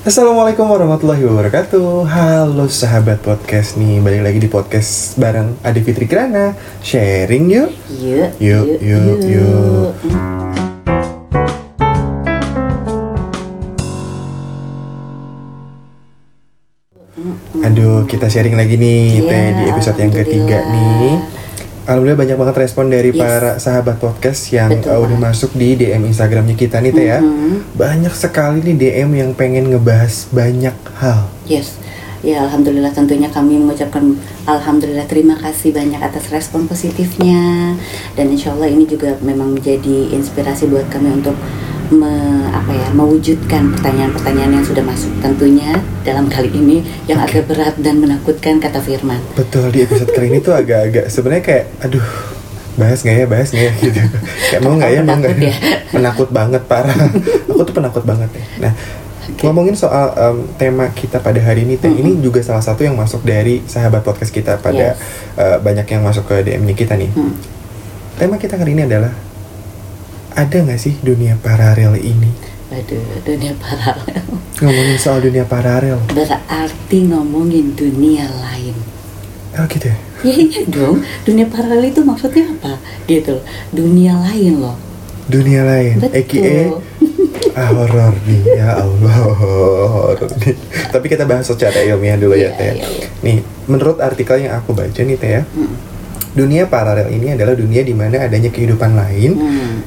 Assalamualaikum warahmatullahi wabarakatuh. Halo sahabat podcast nih, balik lagi di podcast bareng Ade Fitri Kirana. Sharing yuk. Yuk. Aduh, kita sharing lagi nih di episode yang ketiga nih. Alhamdulillah banyak banget respon dari para sahabat podcast yang udah masuk di DM Instagramnya kita nih Teh ya. Banyak sekali nih DM yang pengen ngebahas banyak hal. Yes, ya alhamdulillah, tentunya kami mengucapkan alhamdulillah, terima kasih banyak atas respon positifnya. Dan insya Allah ini juga memang menjadi inspirasi buat kami untuk mewujudkan pertanyaan-pertanyaan yang sudah masuk. Tentunya dalam kali ini yang agak berat dan menakutkan, kata Firman. Betul, di episode kali ini tuh agak-agak sebenarnya kayak aduh, bahas nggak ya gitu. Kayak mau nggak ya? Penakut banget, parah. Aku tuh penakut banget ya. Nah, ngomongin soal tema kita pada hari ini Teh, ini juga salah satu yang masuk dari sahabat podcast kita pada banyak yang masuk ke DM-nya kita nih. Tema kita kali ini adalah, ada nggak sih dunia paralel ini? Aduh, dunia paralel. Ngomongin soal dunia paralel, berarti ngomongin dunia lain. Oh gitu ya? Iya dong, dunia paralel itu maksudnya apa? Gitu, dunia lain loh. Dunia lain, betul. Horor nih, ya Allah, horor nih. Tapi kita bahas secara ilmiah dulu ya Teh. Nih, menurut artikel yang aku baca nih Teh ya, dunia paralel ini adalah dunia di mana adanya kehidupan lain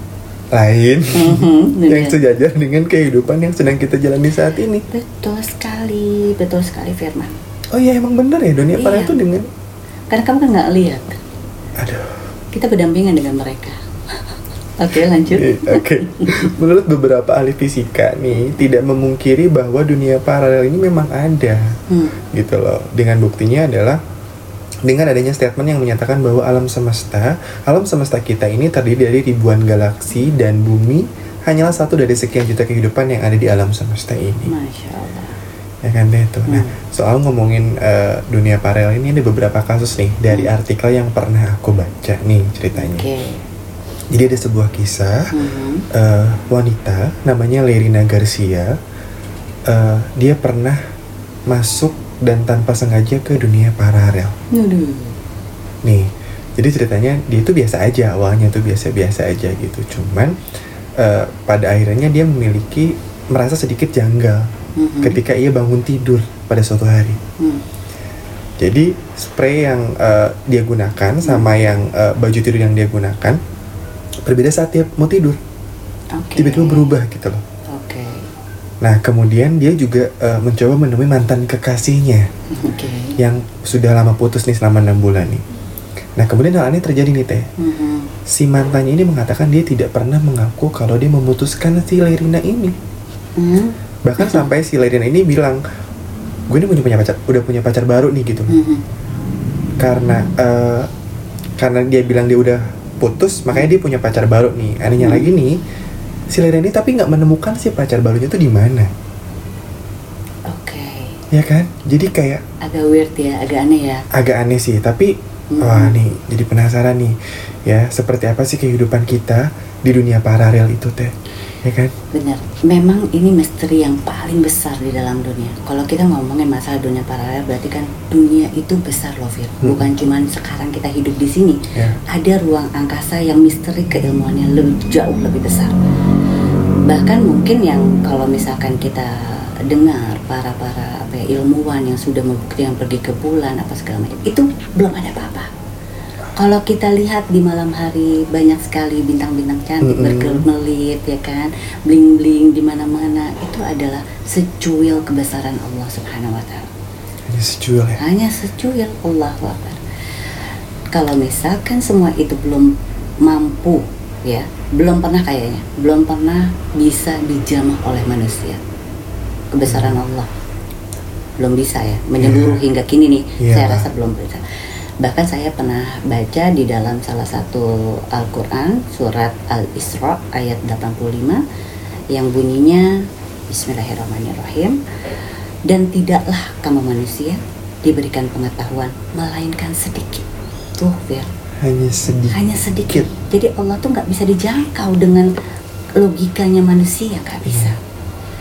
yang sejajar dengan kehidupan yang sedang kita jalani saat ini. Betul sekali Firman. Oh iya, emang bener ya dunia paralel itu dengan, karena kamu kan nggak lihat. Aduh. Kita berdampingan dengan mereka. Oke, lanjut. Oke. Menurut beberapa ahli fisika nih, tidak memungkiri bahwa dunia paralel ini memang ada, gitu loh. Dengan buktinya adalah dengan adanya statement yang menyatakan bahwa alam semesta kita ini terdiri dari ribuan galaksi dan bumi hanyalah satu dari sekian juta kehidupan yang ada di alam semesta ini. Masya Allah. Ya kan deh tuh. Nah, soal ngomongin dunia paralel ini ada beberapa kasus nih dari artikel yang pernah aku baca nih ceritanya. Jadi ada sebuah kisah wanita namanya Lerina Garcia. Dia pernah masuk dan tanpa sengaja ke dunia paralel. Nih, jadi ceritanya dia itu biasa aja, awalnya tuh biasa-biasa aja gitu. Cuman pada akhirnya dia merasa sedikit janggal ketika ia bangun tidur pada suatu hari. Jadi spray yang dia gunakan sama yang baju tidur yang dia gunakan berbeda saat dia mau tidur. Tiba-tiba berubah gitu loh. Nah, kemudian dia juga mencoba menemui mantan kekasihnya yang sudah lama putus nih selama 6 bulan nih. Nah, kemudian hal ini terjadi nih Teh. Si mantannya ini mengatakan dia tidak pernah mengaku kalau dia memutuskan si Lerina ini. Bahkan sampai si Lerina ini bilang, gue ini udah punya pacar baru nih gitu. Karena dia bilang dia udah putus, makanya dia punya pacar baru nih. Anehnya lagi nih, si Lerina ini tapi nggak menemukan si pacar barunya tuh di mana. Ya kan? Jadi kayak agak weird ya, agak aneh ya. Agak aneh sih, tapi wah nih jadi penasaran nih ya, seperti apa sih kehidupan kita di dunia paralel itu Teh, ya kan? Benar, memang ini misteri yang paling besar di dalam dunia. Kalau kita ngomongin masalah dunia paralel, berarti kan dunia itu besar loh Fir. Bukan cuma sekarang kita hidup di sini. Ada ruang angkasa yang misteri keilmuannya jauh lebih besar. Bahkan mungkin yang kalau misalkan kita dengar para ilmuwan yang sudah membuktikan pergi ke bulan apa segala macam, itu belum ada apa-apa. Kalau kita lihat di malam hari banyak sekali bintang-bintang cantik berkelap-kelip ya kan, bling-bling di mana-mana, itu adalah secuil kebesaran Allah Subhanahu wa taala. Hanya secuil ya. Hanya secuil, Allahu Akbar. Kalau misalkan semua itu belum mampu ya, belum pernah bisa dijamah oleh manusia. Kebesaran Allah belum bisa ya menyeluruh hingga kini nih. Saya rasa belum bisa. Bahkan saya pernah baca di dalam salah satu Al-Quran, surat Al-Isra ayat 85 yang bunyinya Bismillahirrahmanirrahim, dan tidaklah kamu manusia diberikan pengetahuan melainkan sedikit. Tuh Fir, hanya sedikit. Jadi Allah tuh gak bisa dijangkau dengan logikanya manusia, gak bisa.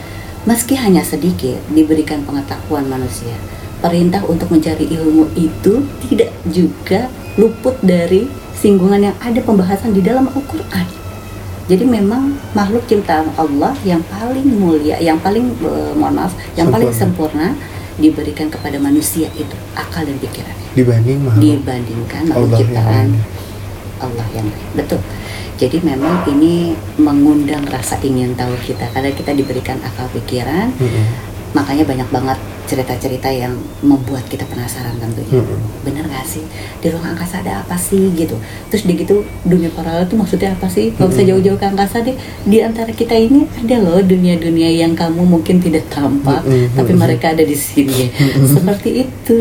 Meski hanya sedikit diberikan pengetahuan manusia, perintah untuk mencari ilmu itu tidak juga luput dari singgungan yang ada pembahasan di dalam Al-Quran. Jadi memang makhluk ciptaan Allah yang paling mulia, yang paling yang paling sempurna diberikan kepada manusia itu akal dan pikirannya dibandingkan makhluk ciptaan Allah yang lain. Betul. Jadi memang ini mengundang rasa ingin tahu kita karena kita diberikan akal pikiran. Makanya banyak banget cerita-cerita yang membuat kita penasaran tentunya. Bener gak sih? Di ruang angkasa ada apa sih gitu. Terus di gitu dunia paralel itu maksudnya apa sih? Gak usah jauh-jauh ke angkasa deh. Di antara kita ini ada loh dunia-dunia yang kamu mungkin tidak tampak, tapi mereka ada di sini. Seperti itu.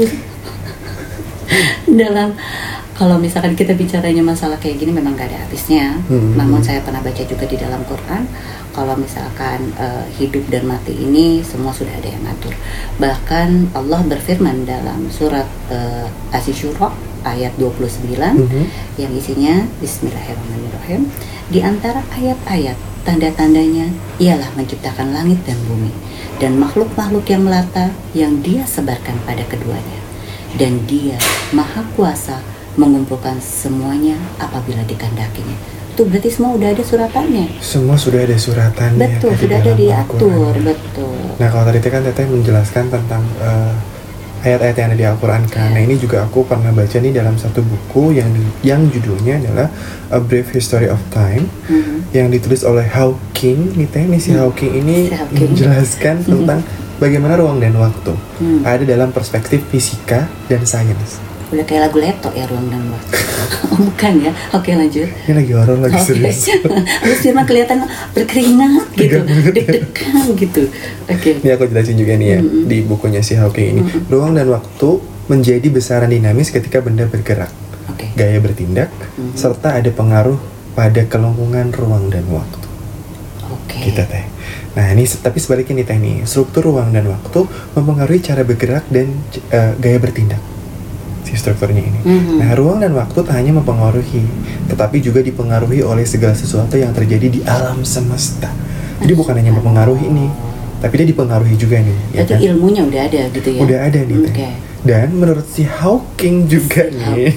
Kalau misalkan kita bicaranya masalah kayak gini memang gak ada habisnya. Namun saya pernah baca juga di dalam Quran, kalau misalkan hidup dan mati ini semua sudah ada yang ngatur. Bahkan Allah berfirman dalam surat Asy-Syura ayat 29 yang isinya Bismillahirrahmanirrahim. Di antara ayat-ayat tanda-tandanya ialah menciptakan langit dan bumi dan makhluk-makhluk yang melata yang Dia sebarkan pada keduanya. Dan Dia Maha Kuasa mengumpulkan semuanya apabila dikehendakinya. Itu berarti semua udah ada suratannya. Semua sudah ada suratannya. Betul, sudah ada diatur. Betul. Nah kalau tadi kan Teteh menjelaskan tentang ayat-ayat yang ada di Al-Quran kan. Nah ini juga aku pernah baca nih dalam satu buku yang judulnya adalah A Brief History of Time, yang ditulis oleh Hawking. Nih si Hawking ini menjelaskan tentang bagaimana ruang dan waktu ada dalam perspektif fisika dan sains. Udah kayak lagu Leto ya, ruang dan waktu. Bukan ya? Oke, lanjut. Ini lagi horor, lagi serius. Terus Firman kelihatan berkeringat gitu, deg-degan gitu. Oke. Ini aku jelasin juga nih ya, di bukunya si Hawking ini. Ruang dan waktu menjadi besaran dinamis ketika benda bergerak, gaya bertindak, serta ada pengaruh pada kelengkungan ruang dan waktu. Kita Teh. Nah ini tapi sebaliknya nih Teh nih, struktur ruang dan waktu mempengaruhi cara bergerak dan gaya bertindak. Si strukturnya ini. Nah, ruang dan waktu tak hanya mempengaruhi, tetapi juga dipengaruhi oleh segala sesuatu yang terjadi di alam semesta. Jadi bukan hanya mempengaruhi ini, tapi dia dipengaruhi juga nih. Jadi ya kan? Ilmunya udah ada gitu ya? Udah ada nih. Dan menurut si Hawking juga nih,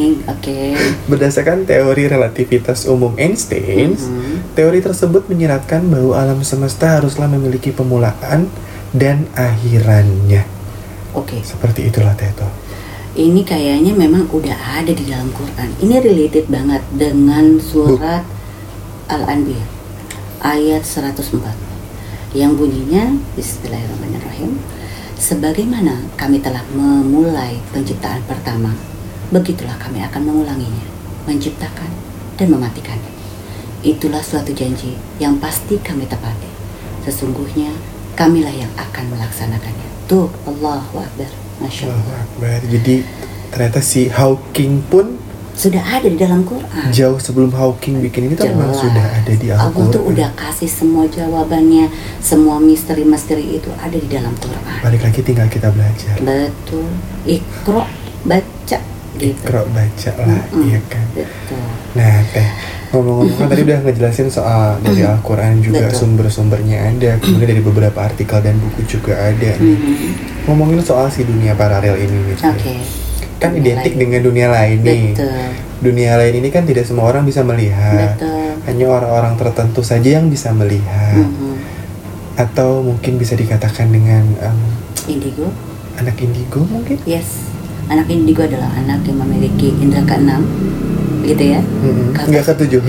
berdasarkan teori relativitas umum Einstein, teori tersebut menyiratkan bahwa alam semesta haruslah memiliki pemulaan dan akhirannya. Seperti itulah Teto. Ini kayaknya memang udah ada di dalam Quran. Ini related banget dengan surat Al-Anbiya ayat 104 yang bunyinya Bismillahirrahmanirrahim. Sebagaimana kami telah memulai penciptaan pertama, begitulah kami akan mengulanginya, menciptakan dan mematikannya. Itulah suatu janji yang pasti kami tepati. Sesungguhnya kamilah yang akan melaksanakannya. Tuh, Allahu Akbar. Masya Allah. Jadi ternyata si Hawking pun sudah ada di dalam Quran. Jauh sebelum Hawking bikin ini tuh memang sudah ada di Al-Quran. Allah tuh udah kasih semua jawabannya, semua misteri-misteri itu ada di dalam Quran. Balik lagi tinggal kita belajar. Betul. Iqra, baca gitu. Iqra, baca lah, iya kan. Betul. Nah Teh, ngomong-ngomong kan tadi udah ngejelasin soal dari Al-Quran juga. Sumber-sumbernya ada, kemudian dari beberapa artikel dan buku juga ada nih. Ngomongin soal si dunia paralel ini gitu. Kan dunia identik lain dengan dunia lain nih. Dunia lain ini kan tidak semua orang bisa melihat. Hanya orang-orang tertentu saja yang bisa melihat. Atau mungkin bisa dikatakan dengan indigo. Anak indigo mungkin? Yes. Anak indigo adalah anak yang memiliki indera keenam, gitu ya? Enggak ketujuh.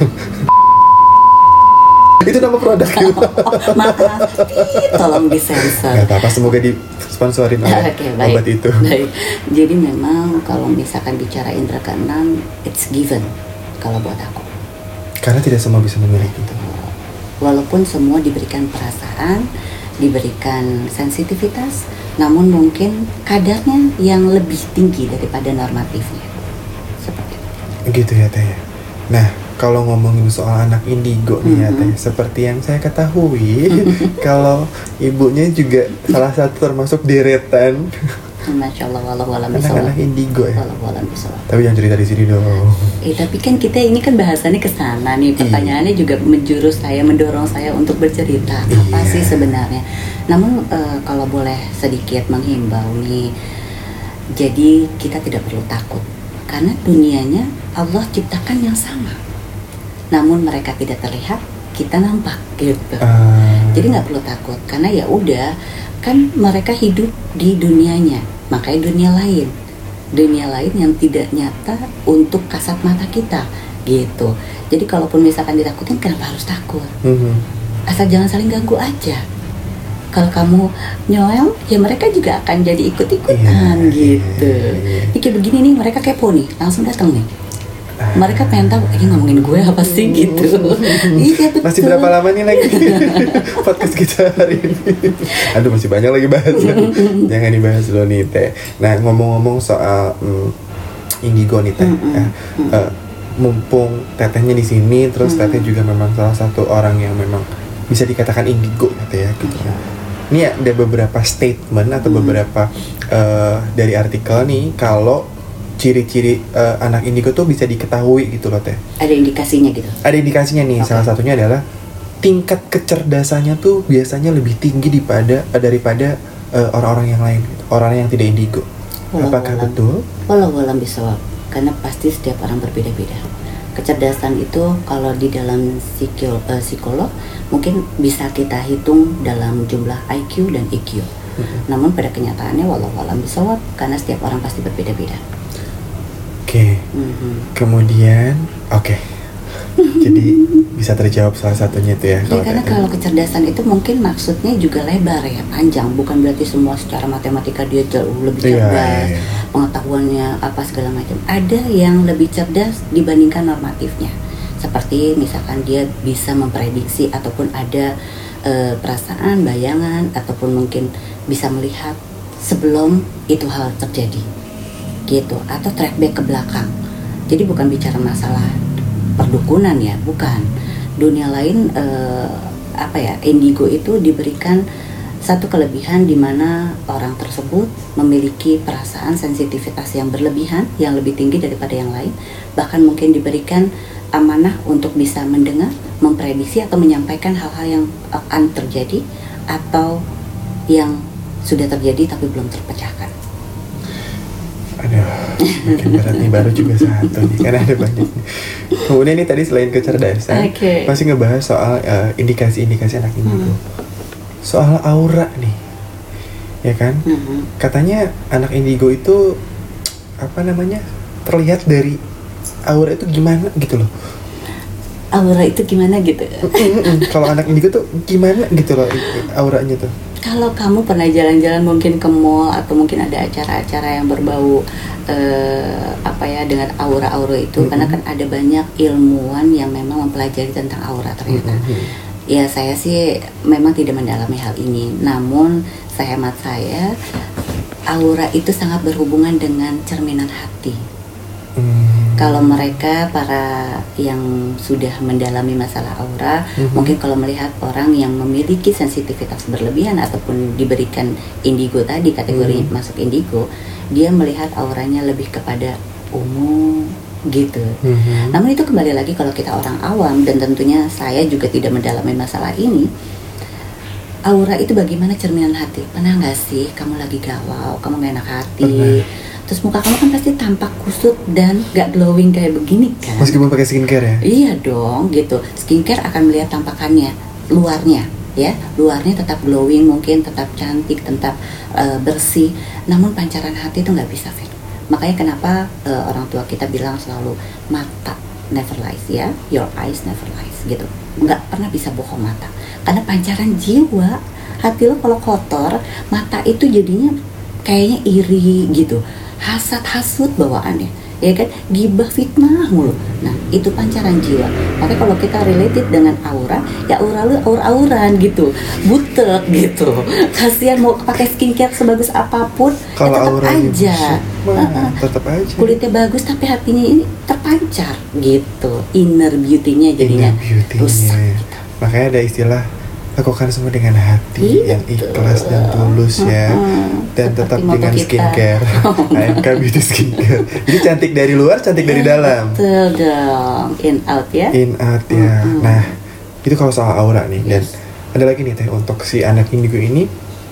Itu nama produk. Maaf, tolong disensor. Gak apa-apa, semoga disponsorin oleh obat itu. Baik. Jadi memang kalau misalkan bicara indera keenam, it's given kalau buat aku. Karena tidak semua bisa memiliki itu. Walaupun semua diberikan perasaan, diberikan sensitivitas, namun mungkin kadarnya yang lebih tinggi daripada normatifnya. Seperti itu. Gitu ya Teh. Nah, kalau ngomongin soal anak indigo nih ya Teh, seperti yang saya ketahui, kalau ibunya juga salah satu termasuk deretan Masya Allah, walau alam bisawab. Anak-anak indigo ya. Walau alam bisawab. Tapi jangan cerita di sini dong. Tapi kan kita ini kan bahasannya ke sana nih. Pertanyaannya juga menjurus saya, mendorong saya untuk bercerita apa sih sebenarnya. Namun kalau boleh sedikit menghimbau nih, jadi kita tidak perlu takut karena dunianya Allah ciptakan yang sama. Namun mereka tidak terlihat, kita nampak gitu. Jadi nggak perlu takut karena ya udah kan mereka hidup di dunianya, makanya dunia lain yang tidak nyata untuk kasat mata kita gitu. Jadi kalaupun misalkan ditakutin, kenapa harus takut? Asal jangan saling ganggu aja. Kalau kamu nyoel, ya mereka juga akan jadi ikut-ikutan gitu. Ini kayak begini nih, mereka kepo nih, langsung datang nih. Mereka pengen tahu, ini ngomongin gue apa sih gitu. Iya betul. Masih berapa lama nih lagi podcast kita hari ini? Aduh, masih banyak lagi bahas. Jangan dibahas dulu nih Teh. Nah, ngomong-ngomong soal indigo nih Teh. Mumpung Tetehnya di sini, terus Teteh juga memang salah satu orang yang memang bisa dikatakan indigo gitu ya. Gitu. Ini ada beberapa statement atau beberapa dari artikel nih kalau ciri-ciri anak indigo tuh bisa diketahui gitu loh Teh. Ada indikasinya gitu? Ada indikasinya nih, salah satunya adalah tingkat kecerdasannya tuh biasanya lebih tinggi daripada orang-orang yang lain gitu. Orang yang tidak indigo. Apakah betul? Walau bisawab, karena pasti setiap orang berbeda-beda. Kecerdasan itu kalau di dalam psikolog mungkin bisa kita hitung dalam jumlah IQ dan EQ. Namun pada kenyataannya walau bisawab, karena setiap orang pasti berbeda-beda. Oke. Kemudian, jadi bisa terjawab salah satunya itu ya. Karena kalau kecerdasan itu mungkin maksudnya juga lebar ya, panjang. Bukan berarti semua secara matematika dia jauh lebih cerdas, pengetahuannya apa segala macam. Ada yang lebih cerdas dibandingkan normatifnya. Seperti misalkan dia bisa memprediksi ataupun ada perasaan, bayangan, ataupun mungkin bisa melihat sebelum itu hal terjadi. Gitu, atau track back ke belakang. Jadi bukan bicara masalah perdukunan ya, bukan. Dunia lain indigo itu diberikan satu kelebihan di mana orang tersebut memiliki perasaan sensitivitas yang berlebihan, yang lebih tinggi daripada yang lain. Bahkan mungkin diberikan amanah untuk bisa mendengar, memprediksi atau menyampaikan hal-hal yang akan terjadi atau yang sudah terjadi tapi belum terpecahkan. Aduh, makin berat nih, baru juga satu nih, karena ada banyak nih. Kemudian nih tadi selain kecerdasan, masih ngebahas soal indikasi-indikasi anak indigo. Soal aura nih, ya kan? Katanya anak indigo itu, terlihat dari aura itu gimana gitu loh. Aura itu gimana gitu? Kalau anak indigo tuh gimana gitu loh auranya tuh? Kalau kamu pernah jalan-jalan mungkin ke mall atau mungkin ada acara-acara yang berbau dengan aura-aura itu, karena kan ada banyak ilmuwan yang memang mempelajari tentang aura ternyata. Ya saya sih memang tidak mendalami hal ini, namun sehemat saya aura itu sangat berhubungan dengan cerminan hati. Kalau mereka para yang sudah mendalami masalah aura, mungkin kalau melihat orang yang memiliki sensitivitas berlebihan ataupun diberikan indigo tadi, kategori masuk indigo, dia melihat auranya lebih kepada ungu gitu. Namun itu kembali lagi kalau kita orang awam, dan tentunya saya juga tidak mendalami masalah ini. Aura itu bagaimana cerminan hati. Pernah nggak sih kamu lagi galau, kamu nggak enak hati, terus muka kamu kan pasti tampak kusut dan gak glowing kayak begini kan? Meskipun pakai skincare ya? Iya dong gitu. Skincare akan melihat tampakannya, luarnya ya, luarnya tetap glowing, mungkin tetap cantik, tetap bersih. Namun pancaran hati itu nggak bisa, Fit. Makanya kenapa orang tua kita bilang selalu mata never lies ya, your eyes never lies gitu. Nggak pernah bisa bohong mata. Karena pancaran jiwa, hati lo kalau kotor, mata itu jadinya kayaknya iri gitu. Hasad-hasut bawaannya, ya kan, gibah fitnah mulu. Nah itu pancaran jiwa. Makanya kalau kita related dengan aura, ya aura lu aura-auran gitu, butek gitu. Kasihan mau pakai skincare sebagus apapun, kalau ya tetap aja. Kulitnya bagus tapi hatinya ini terpancar gitu. Inner beauty-nya jadinya rusak. Gitu. Makanya ada istilah lakukan semua dengan hati yang ikhlas dan tulus ya, dan tetap dengan skincare. AMK Beauty Skincare. Jadi cantik dari luar, cantik dari dalam. Betul dong, in out ya. In out ya. Nah, itu kalau soal aura nih. Dan ada lagi nih Teh, untuk si anak indigo ini,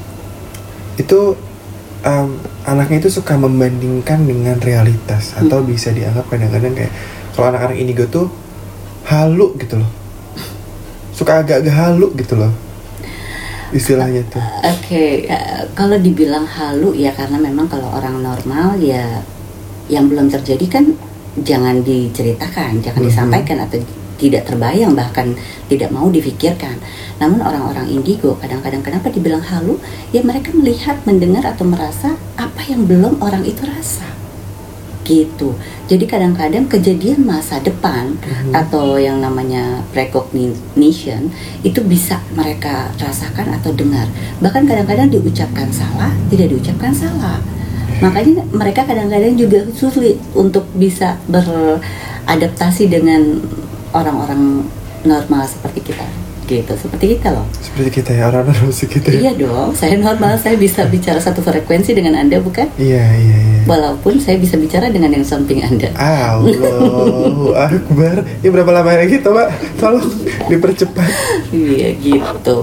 itu anaknya itu suka membandingkan dengan realitas, atau bisa dianggap kadang-kadang kayak kalau anak-anak indigo tuh halu gitu loh, suka agak-agak halu gitu loh istilahnya tuh. Oke, kalau dibilang halu ya karena memang kalau orang normal ya yang belum terjadi kan jangan diceritakan, jangan disampaikan atau tidak terbayang, bahkan tidak mau difikirkan. Namun orang-orang indigo kadang-kadang kenapa dibilang halu? Ya mereka melihat, mendengar atau merasa apa yang belum orang itu rasa. Gitu. Jadi kadang-kadang kejadian masa depan atau yang namanya precognition itu bisa mereka rasakan atau dengar. Bahkan kadang-kadang diucapkan salah, tidak diucapkan salah. Makanya mereka kadang-kadang juga sulit untuk bisa beradaptasi dengan orang-orang normal seperti kita. Gitu, seperti kita loh. Seperti kita ya, orang normal seperti kita. Iya dong, saya normal, saya bisa bicara satu frekuensi dengan Anda, bukan? Iya. Walaupun saya bisa bicara dengan yang samping Anda. Allahu Akbar. Ini berapa lama lagi, coba tolong dipercepat. Iya gitu.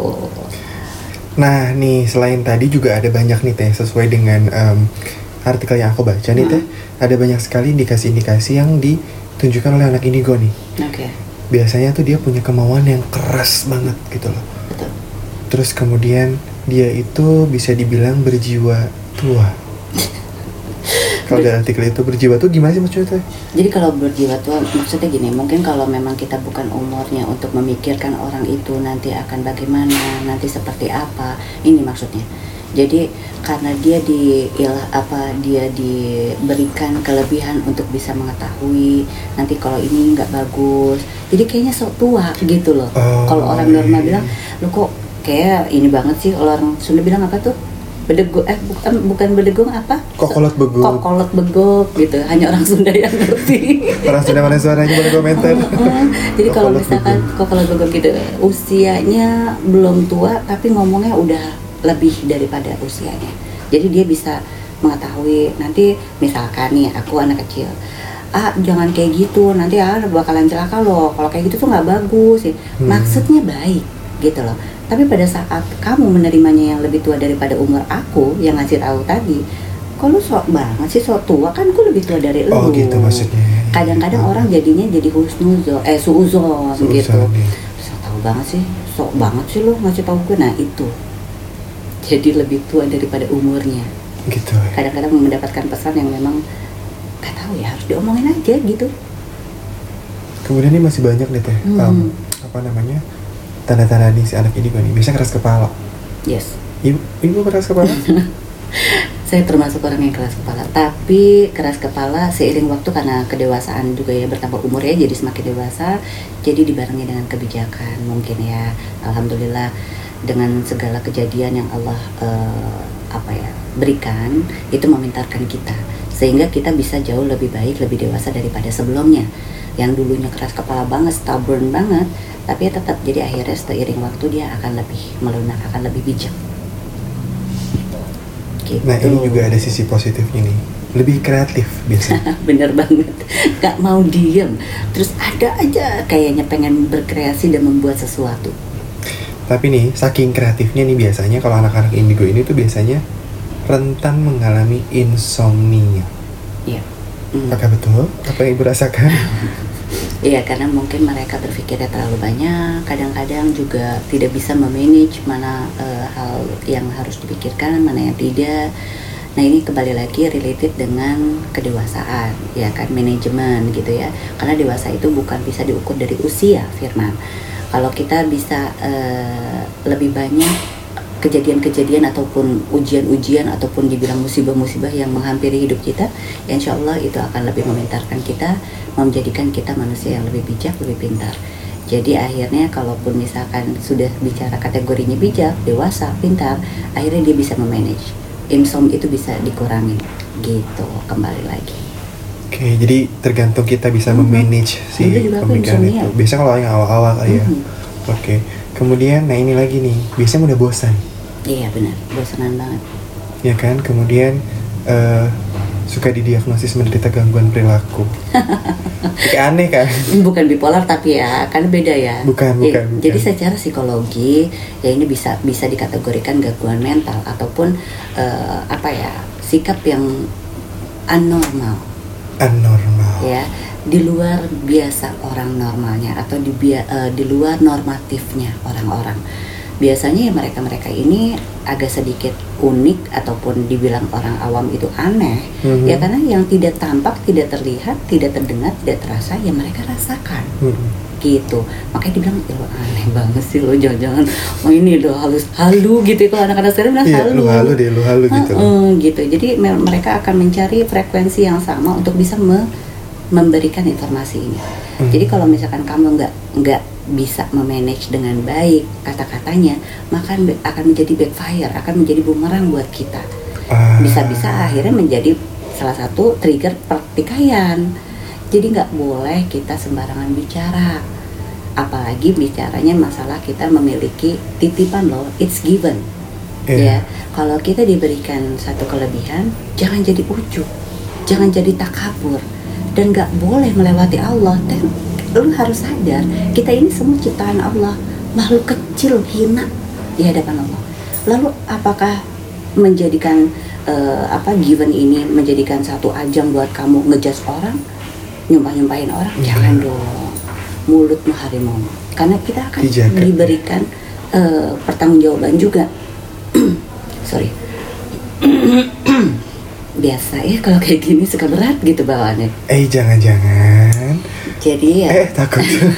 Nah nih, selain tadi juga ada banyak nih Teh, sesuai dengan artikel yang aku baca nih Teh, ada banyak sekali indikasi-indikasi yang ditunjukkan oleh anak indigo nih. Oke. Biasanya tuh dia punya kemauan yang keras banget gitu loh. Betul. Terus kemudian dia itu bisa dibilang berjiwa tua. Kalau dari artikel itu berjiwa tuh gimana sih maksudnya? Jadi kalau berjiwa tua maksudnya gini, mungkin kalau memang kita bukan umurnya untuk memikirkan orang itu nanti akan bagaimana, nanti seperti apa, ini maksudnya. Jadi karena dia dia diberikan kelebihan untuk bisa mengetahui nanti kalau ini nggak bagus. Jadi kayaknya sok tua gitu loh. Kalau orang normal bilang, "Lu kok kayak ini banget sih?" Orang Sunda bilang apa tuh? Bedegong, bukan bedegong apa? Kokolot begok. Kokolot begok gitu. Hanya orang Sunda yang ngerti. Orang Sunda mana suaranya boleh komentar. Jadi kalau misalkan kokolot begok gitu, usianya belum tua tapi ngomongnya udah lebih daripada usianya. Jadi dia bisa mengetahui nanti misalkan nih aku anak kecil, jangan kayak gitu, nanti bakalan celaka loh, kalau kayak gitu tuh nggak bagus. Maksudnya baik gitu loh. Tapi pada saat kamu menerimanya yang lebih tua daripada umur aku yang ngasih tahu tadi, kok lu sok banget sih, sok tua, kan gue lebih tua dari lu. Oh gitu maksudnya. Kadang-kadang orang jadinya jadi suuzon gitu. Sok tahu banget sih, sok banget sih lu ngasih tahu gue. Nah itu jadi lebih tua daripada umurnya. Gitu ya. Kadang-kadang mendapatkan pesan yang memang gak tahu ya, harus diomongin aja gitu. Kemudian ini masih banyak nih Teh, apa namanya, tanda-tanda nih si anak indigo nih, biasanya keras kepala. Yes. Ibu keras kepala? Saya termasuk orang yang keras kepala, tapi keras kepala seiring waktu karena kedewasaan juga ya, bertambah umur ya, jadi semakin dewasa, jadi dibarengi dengan kebijakan mungkin ya. Alhamdulillah dengan segala kejadian yang Allah berikan itu memintarkan kita sehingga kita bisa jauh lebih baik, lebih dewasa daripada sebelumnya. Yang dulunya keras kepala banget, stubborn banget, tapi ya tetap jadi akhirnya seiring waktu dia akan lebih melunak, akan lebih bijak. Gitu. Nah ini juga ada sisi positifnya nih, lebih kreatif biasanya. Bener banget, gak mau diem, terus ada aja kayaknya pengen berkreasi dan membuat sesuatu. Tapi nih, saking kreatifnya nih biasanya kalau anak-anak indigo ini tuh biasanya rentan mengalami insomnia. Iya. Apakah betul? Apa yang Ibu rasakan? Iya, karena mungkin mereka berpikirnya terlalu banyak, kadang-kadang juga tidak bisa memanage mana hal yang harus dipikirkan, mana yang tidak. Nah ini kembali lagi related dengan kedewasaan, ya kan, manajemen gitu ya. Karena dewasa itu bukan bisa diukur dari usia, Firman. Kalau kita bisa lebih banyak kejadian-kejadian ataupun ujian-ujian ataupun dibilang musibah-musibah yang menghampiri hidup kita, ya insya Allah itu akan lebih memintarkan kita, menjadikan kita manusia yang lebih bijak, lebih pintar. Jadi akhirnya kalaupun misalkan sudah bicara kategorinya bijak, dewasa, pintar, akhirnya dia bisa memanage. Insom itu bisa dikurangi gitu, kembali lagi. Oke, jadi tergantung kita bisa memanage si pemikiran itu. Biasanya kalau yang awal-awal kali ya. Oke. Kemudian, nah ini lagi nih, biasanya udah bosan. Iya benar, bosanan banget. Ya kan, kemudian suka didiagnosis menderita gangguan perilaku. Kayak aneh kan? Bukan bipolar tapi ya, kan beda ya. Bukan. Jadi secara psikologi ya ini bisa dikategorikan gangguan mental ataupun sikap yang anormal. Ya, di luar biasa orang normalnya atau di luar normatifnya orang-orang. Biasanya ya mereka ini agak sedikit unik ataupun dibilang orang awam itu aneh, ya karena yang tidak tampak, tidak terlihat, tidak terdengar, tidak terasa ya mereka rasakan. Gitu. Makanya dibilang lo aneh banget sih lo, jangan-jangan ini lo halu gitu. Kalau anak-anak sekarang bilang halu gitu. Gitu. Jadi mereka akan mencari frekuensi yang sama untuk bisa memberikan informasi ini. Jadi kalau misalkan kamu nggak bisa memanage dengan baik kata-katanya, maka akan menjadi backfire, akan menjadi bumerang buat kita. Bisa-bisa akhirnya menjadi salah satu trigger pertikaian. Jadi nggak boleh kita sembarangan bicara, apalagi bicaranya masalah kita memiliki titipan loh, it's given. Ya, kalau kita diberikan satu kelebihan, jangan jadi ujub, jangan jadi takabur, dan nggak boleh melewati Allah. Dan lu harus sadar, kita ini semua ciptaan Allah, makhluk kecil, hina di hadapan Allah. Lalu apakah menjadikan given ini menjadikan satu ajang buat kamu ngejudge orang, nyumpah-nyumpahin orang? Jangan dong, mulutmu harimau. Karena kita akan diberikan pertanggungjawaban juga. Sorry. Biasa ya kalau kayak gini suka berat gitu bawaannya. Jangan. Jadi ya takut.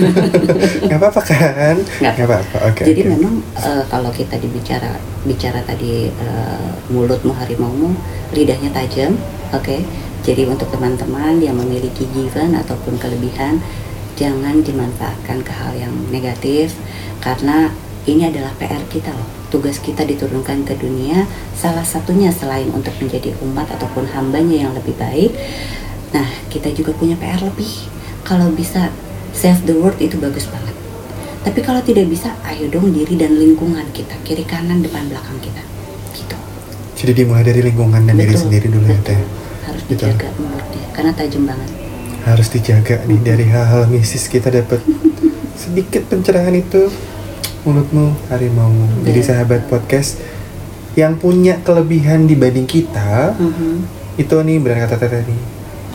Gak apa-apa kan? Gak apa-apa. Oke. Jadi memang kalau kita bicara tadi mulutmu harimaumu, lidahnya tajam. Oke. Jadi untuk teman-teman yang memiliki given ataupun kelebihan, jangan dimanfaatkan ke hal yang negatif, karena ini adalah PR kita loh. Tugas kita diturunkan ke dunia, salah satunya selain untuk menjadi umat ataupun hambanya yang lebih baik. Nah, kita juga punya PR lebih. Kalau bisa save the world itu bagus banget. Tapi kalau tidak bisa, ayo dong diri dan lingkungan kita, kiri kanan depan belakang kita, gitu. Jadi dimulai dari lingkungan dan diri sendiri dulu ya Teh. Harus dijaga mulutnya, karena tajam banget. Harus dijaga nih dari hal-hal mistis, kita dapat sedikit pencerahan itu. Mulutmu harimaumu. Jadi sahabat podcast yang punya kelebihan dibanding kita, itu nih benar kata Teh nih,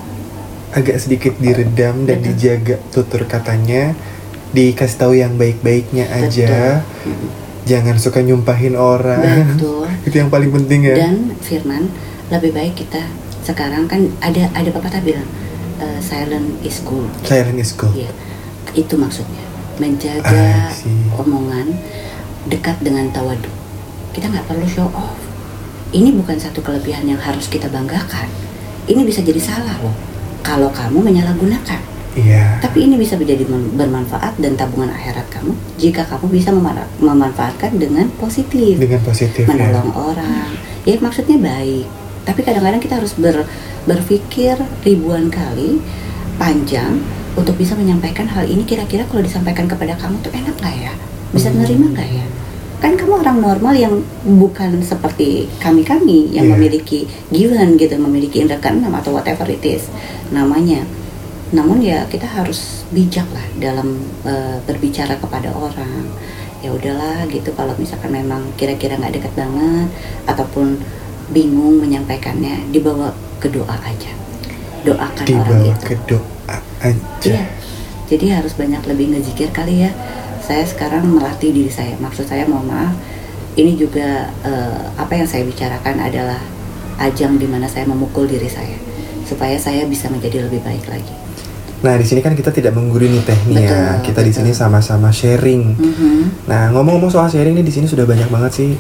agak sedikit diredam dan dijaga tutur katanya, dikasih tahu yang baik-baiknya aja. Jangan suka nyumpahin orang. Itu yang paling penting ya. Dan Firman, lebih baik kita sekarang kan ada pepatah bilang silent is gold. Silent is gold. Iya. Itu maksudnya menjaga omongan, dekat dengan tawadu. Kita nggak perlu show off. Ini bukan satu kelebihan yang harus kita banggakan. Ini bisa jadi salah loh kalau kamu menyalahgunakan. Iya. Tapi ini bisa menjadi bermanfaat dan tabungan akhirat kamu jika kamu bisa memanfaatkan dengan positif. Menolong orang. Ya maksudnya baik. Tapi kadang-kadang kita harus berpikir ribuan kali panjang untuk bisa menyampaikan hal ini. Kira-kira kalau disampaikan kepada kamu tuh enak gak ya? Bisa menerima gak ya? Kan kamu orang normal yang bukan seperti kami yang memiliki given gitu, memiliki indera keenam atau whatever it is namanya. Namun ya kita harus bijak lah dalam berbicara kepada orang. Ya udahlah gitu, kalau misalkan memang kira-kira nggak dekat banget ataupun bingung menyampaikannya, dibawa ke doa aja. Doakan orang itu. Ke doa aja. Iya. Jadi harus banyak lebih ngezikir kali ya. Saya sekarang melatih diri saya. Maksud saya, mohon maaf, ini juga apa yang saya bicarakan adalah ajang di mana saya memukul diri saya supaya saya bisa menjadi lebih baik lagi. Nah, di sini kan kita tidak menggurui nih Teh nih ya. Kita di sini sama-sama sharing. Nah, ngomong-ngomong soal sharing nih, di sini sudah banyak banget sih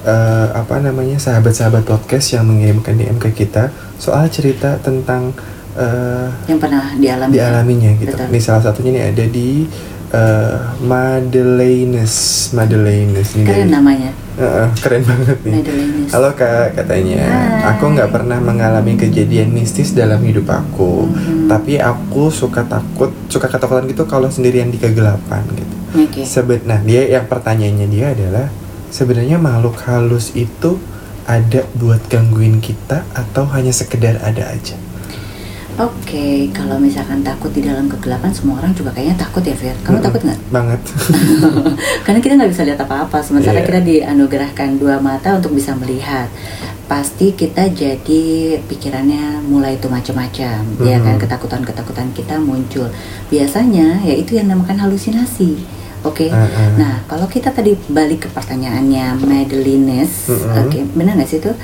sahabat-sahabat podcast yang mengirimkan DM ke kita soal cerita tentang yang pernah dialaminya gitu. Ini salah satunya nih ada di Madeleines ini keren dari, namanya. Keren banget nih. Halo Kak, katanya aku nggak pernah mengalami kejadian mistis dalam hidup aku, tapi aku suka ketakutan gitu kalau sendirian di kegelapan gitu. Nah, dia yang pertanyaannya dia adalah sebenarnya makhluk halus itu ada buat gangguin kita atau hanya sekedar ada aja? Oke, kalau misalkan takut di dalam kegelapan, semua orang juga kayaknya takut ya, Fir. Kamu takut nggak? Banget. Karena kita nggak bisa lihat apa-apa, sementara kita dianugerahkan 2 mata untuk bisa melihat. Pasti kita jadi pikirannya mulai itu macam-macam, ya kan, ketakutan-ketakutan kita muncul. Biasanya ya itu yang dinamakan halusinasi. Oke. Nah, kalau kita tadi balik ke pertanyaannya Madelines, benar nggak sih itu?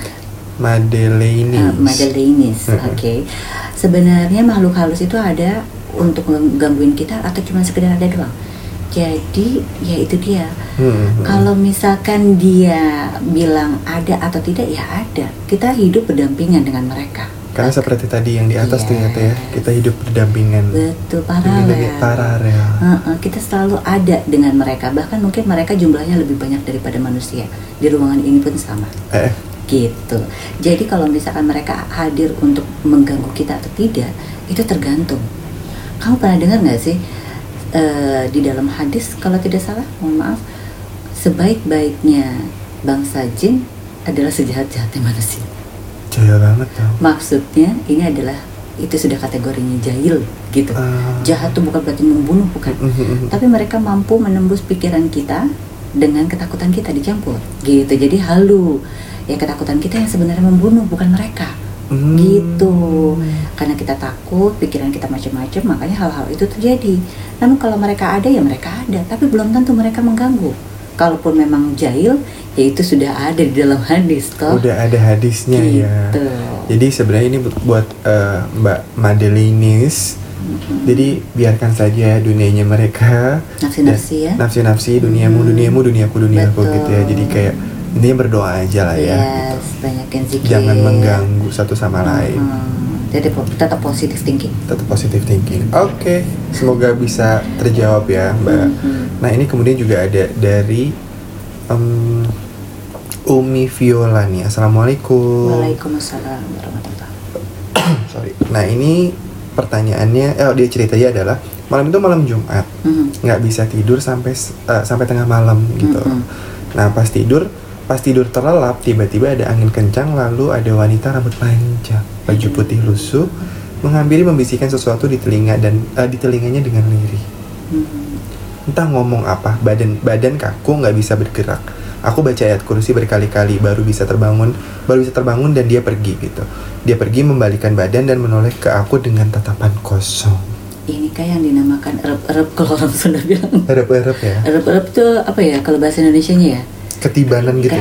Madelines. Oke. Sebenarnya makhluk halus itu ada untuk menggangguin kita atau cuma sekedar ada doang? Jadi ya itu dia. Kalau misalkan dia bilang ada atau tidak, ya ada. Kita hidup berdampingan dengan mereka. Karena seperti tadi yang di atas tuh ya, kita hidup berdampingan. Betul, paralel. Kita selalu ada dengan mereka. Bahkan mungkin mereka jumlahnya lebih banyak daripada manusia. Di ruangan ini pun sama. Gitu. Jadi kalau misalkan mereka hadir untuk mengganggu kita atau tidak, itu tergantung. Kamu pernah dengar nggak sih di dalam hadis, kalau tidak salah, mohon maaf, sebaik-baiknya bangsa jin adalah sejahat-jahatnya manusia. Jahil banget dong. Maksudnya ini adalah, itu sudah kategorinya jahil gitu. Jahat tuh bukan berarti membunuh, bukan. Tapi mereka mampu menembus pikiran kita dengan ketakutan kita dicampur gitu. Jadi halu. Ya ketakutan kita yang sebenarnya membunuh, bukan mereka. Gitu. Karena kita takut, pikiran kita macam-macam, makanya hal-hal itu terjadi. Namun kalau mereka ada, ya mereka ada, tapi belum tentu mereka mengganggu. Kalaupun memang jahil, ya itu sudah ada di dalam hadis toh. Udah ada hadisnya gitu. Ya. Jadi sebenarnya ini buat Mbak Madelines. Jadi biarkan saja dunianya mereka. Nafsi-nafsi ya. Nafsi-nafsi, duniamu, duniaku gitu ya. Jadi kayak intinya berdoa aja lah ya. Gitu. Banyakin zikir. Jangan mengganggu satu sama lain. Jadi tetap positive thinking. Oke. Semoga bisa terjawab ya, Mbak. Nah, ini kemudian juga ada dari Umi Viola nih. Assalamualaikum. Waalaikumsalam warahmatullahi. Sorry. Nah, ini pertanyaannya, dia ceritanya adalah malam itu malam Jumat, nggak bisa tidur sampai tengah malam gitu. Nah, pas tidur terlelap, tiba-tiba ada angin kencang, lalu ada wanita rambut panjang, baju putih lusuh, menghampiri membisikkan sesuatu di telinganya dengan lirih. Entah ngomong apa, badan kaku, nggak bisa bergerak. Aku baca ayat kursi berkali-kali baru bisa terbangun dan dia pergi gitu. Dia pergi membalikan badan dan menoleh ke aku dengan tatapan kosong. Ini kayak yang dinamakan erep kalau orang Sunda bilang. Erep ya. Erep itu apa ya kalau bahasa Indonesianya ya? Ketibanan gitu.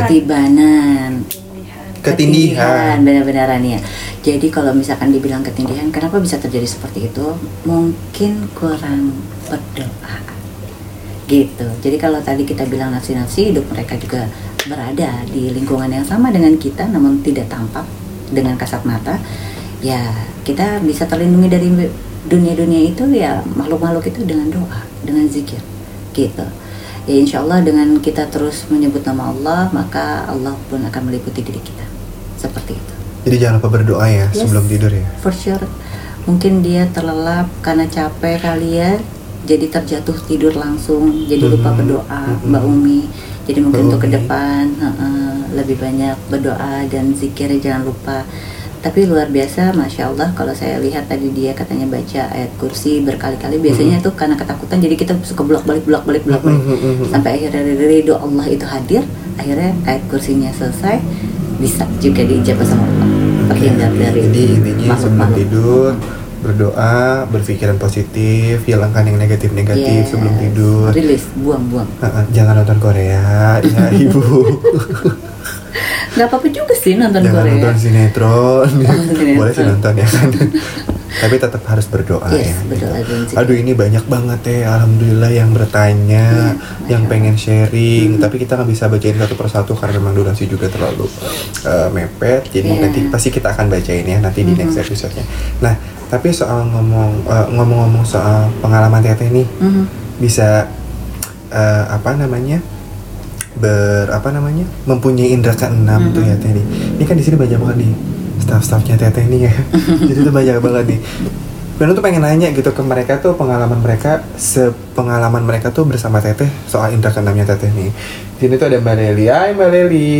Ketindihan. Benar-benaran ya. Jadi kalau misalkan dibilang ketindihan, kenapa bisa terjadi seperti itu? Mungkin kurang berdoa. Gitu. Jadi kalau tadi kita bilang nafsi-nafsi, hidup mereka juga berada di lingkungan yang sama dengan kita, namun tidak tampak dengan kasat mata. Ya kita bisa terlindungi dari dunia-dunia itu ya, makhluk-makhluk itu dengan doa, dengan zikir. Gitu. Ya insya Allah dengan kita terus menyebut nama Allah, maka Allah pun akan meliputi diri kita. Seperti itu. Jadi jangan lupa berdoa ya, sebelum tidur ya. For sure. Mungkin dia terlelap karena capek kali ya, jadi terjatuh tidur langsung, jadi lupa berdoa, Mbak Umi. Jadi mungkin untuk ke depan lebih banyak berdoa dan zikir, jangan lupa. Tapi luar biasa, Masya Allah, kalau saya lihat tadi dia katanya baca ayat kursi berkali-kali, biasanya tuh karena ketakutan, jadi kita suka bolak-balik sampai akhirnya ridho Allah itu hadir, akhirnya ayat kursinya selesai, bisa juga diijabah sama Allah. Terhindar dari jadi intinya sebelum tidur berdoa, berpikiran positif, hilangkan yang negatif sebelum tidur. Rilis, buang. Jangan nonton Korea ya Ibu. Gak apa-apa juga sih nonton Jangan Korea. Nonton sinetron. Boleh sih nonton ya kan. Tapi tetap harus berdoa ya. Berdoa gitu. Aduh ini banyak banget ya, alhamdulillah yang bertanya, yang pengen sharing. Tapi kita nggak bisa bacain satu persatu karena memang durasi juga terlalu mepet. Jadi nanti pasti kita akan bacain ya nanti di next episode-nya. Nah, tapi soal ngomong-ngomong soal pengalaman Teteh nih, bisa mempunyai indera keenam tuh ya Teh nih. Ini kan di sini banyak banget nih staff-staffnya Teteh nih ya. Jadi tuh banyak banget nih. Dan tuh pengen nanya gitu ke mereka tuh pengalaman mereka, sepengalaman mereka tuh bersama Teteh soal indra keenamnya Teteh nih. Di sini tuh ada Mbak Leli. Hai Mbak Leli.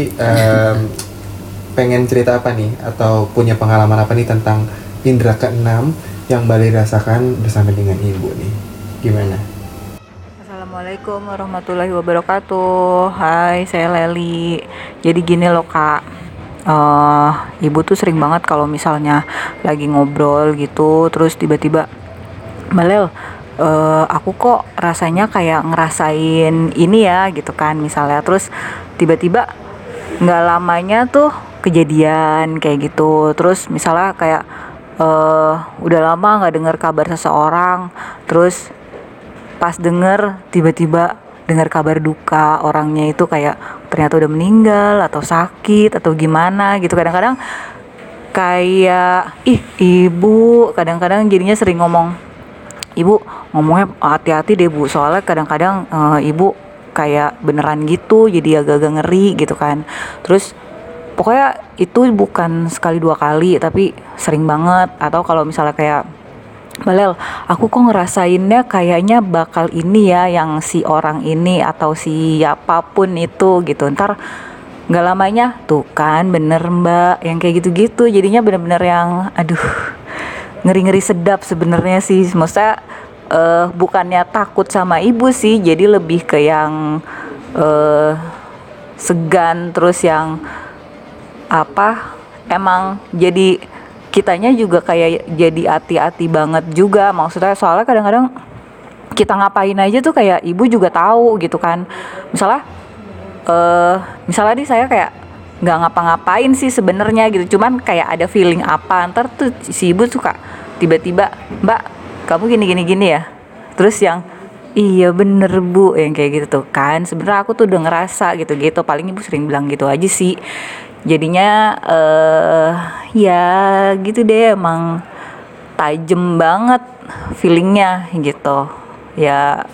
Pengen cerita apa nih? Atau punya pengalaman apa nih tentang indra keenam yang Mbak Leli rasakan bersama dengan Ibu nih? Gimana? Assalamualaikum warahmatullahi wabarakatuh. Hai, saya Leli. Jadi gini loh Kak, Ibu tuh sering banget kalau misalnya lagi ngobrol gitu, terus tiba-tiba, Mbak Lel, aku kok rasanya kayak ngerasain ini ya gitu kan misalnya, terus tiba-tiba nggak lamanya tuh kejadian kayak gitu. Terus misalnya kayak udah lama nggak dengar kabar seseorang, terus pas denger tiba-tiba dengar kabar duka, orangnya itu kayak ternyata udah meninggal atau sakit atau gimana gitu. Kadang-kadang kayak ibu kadang-kadang jadinya sering ngomong, ibu ngomongnya hati-hati deh bu, soalnya kadang-kadang ibu kayak beneran gitu, jadi agak-agak ngeri gitu kan. Terus pokoknya itu bukan sekali dua kali tapi sering banget. Atau kalau misalnya kayak, Balel, aku kok ngerasainnya kayaknya bakal ini ya, yang si orang ini atau siapapun itu gitu. Ntar nggak lamanya tuh kan bener mbak, yang kayak gitu-gitu. Jadinya bener-bener yang aduh, ngeri-ngeri sedap sebenarnya sih. Maksudnya bukannya takut sama ibu sih, jadi lebih ke yang segan, terus yang apa, emang jadi kitanya juga kayak jadi hati-hati banget juga. Maksudnya soalnya kadang-kadang kita ngapain aja tuh kayak ibu juga tahu gitu kan. Misalnya nih saya kayak nggak ngapa-ngapain sih sebenarnya gitu, cuman kayak ada feeling apa, ntar tuh si ibu suka tiba-tiba, Mbak kamu gini ya, terus yang iya bener bu, yang kayak gitu tuh kan. Sebenarnya aku tuh udah ngerasa gitu-gitu, paling ibu sering bilang gitu aja sih. Jadinya ya gitu deh, emang tajem banget feelingnya gitu ya.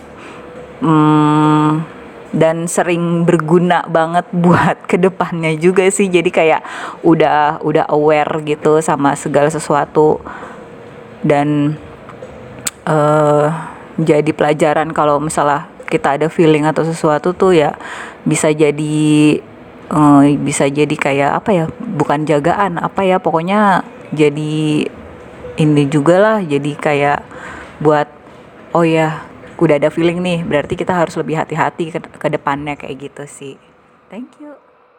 Dan sering berguna banget buat kedepannya juga sih. Jadi kayak udah aware gitu sama segala sesuatu. Dan jadi pelajaran kalau misalnya kita ada feeling atau sesuatu tuh ya bisa jadi kayak apa ya, bukan jagaan apa ya, pokoknya jadi ini juga lah, jadi kayak buat oh ya udah ada feeling nih, berarti kita harus lebih hati-hati ke depannya kayak gitu sih. Thank you.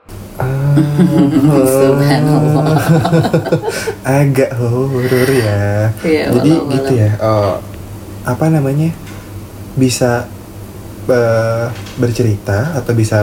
Subhanallah. Agak horor ya. Jadi gitu ya. Apa namanya? Bisa bercerita atau bisa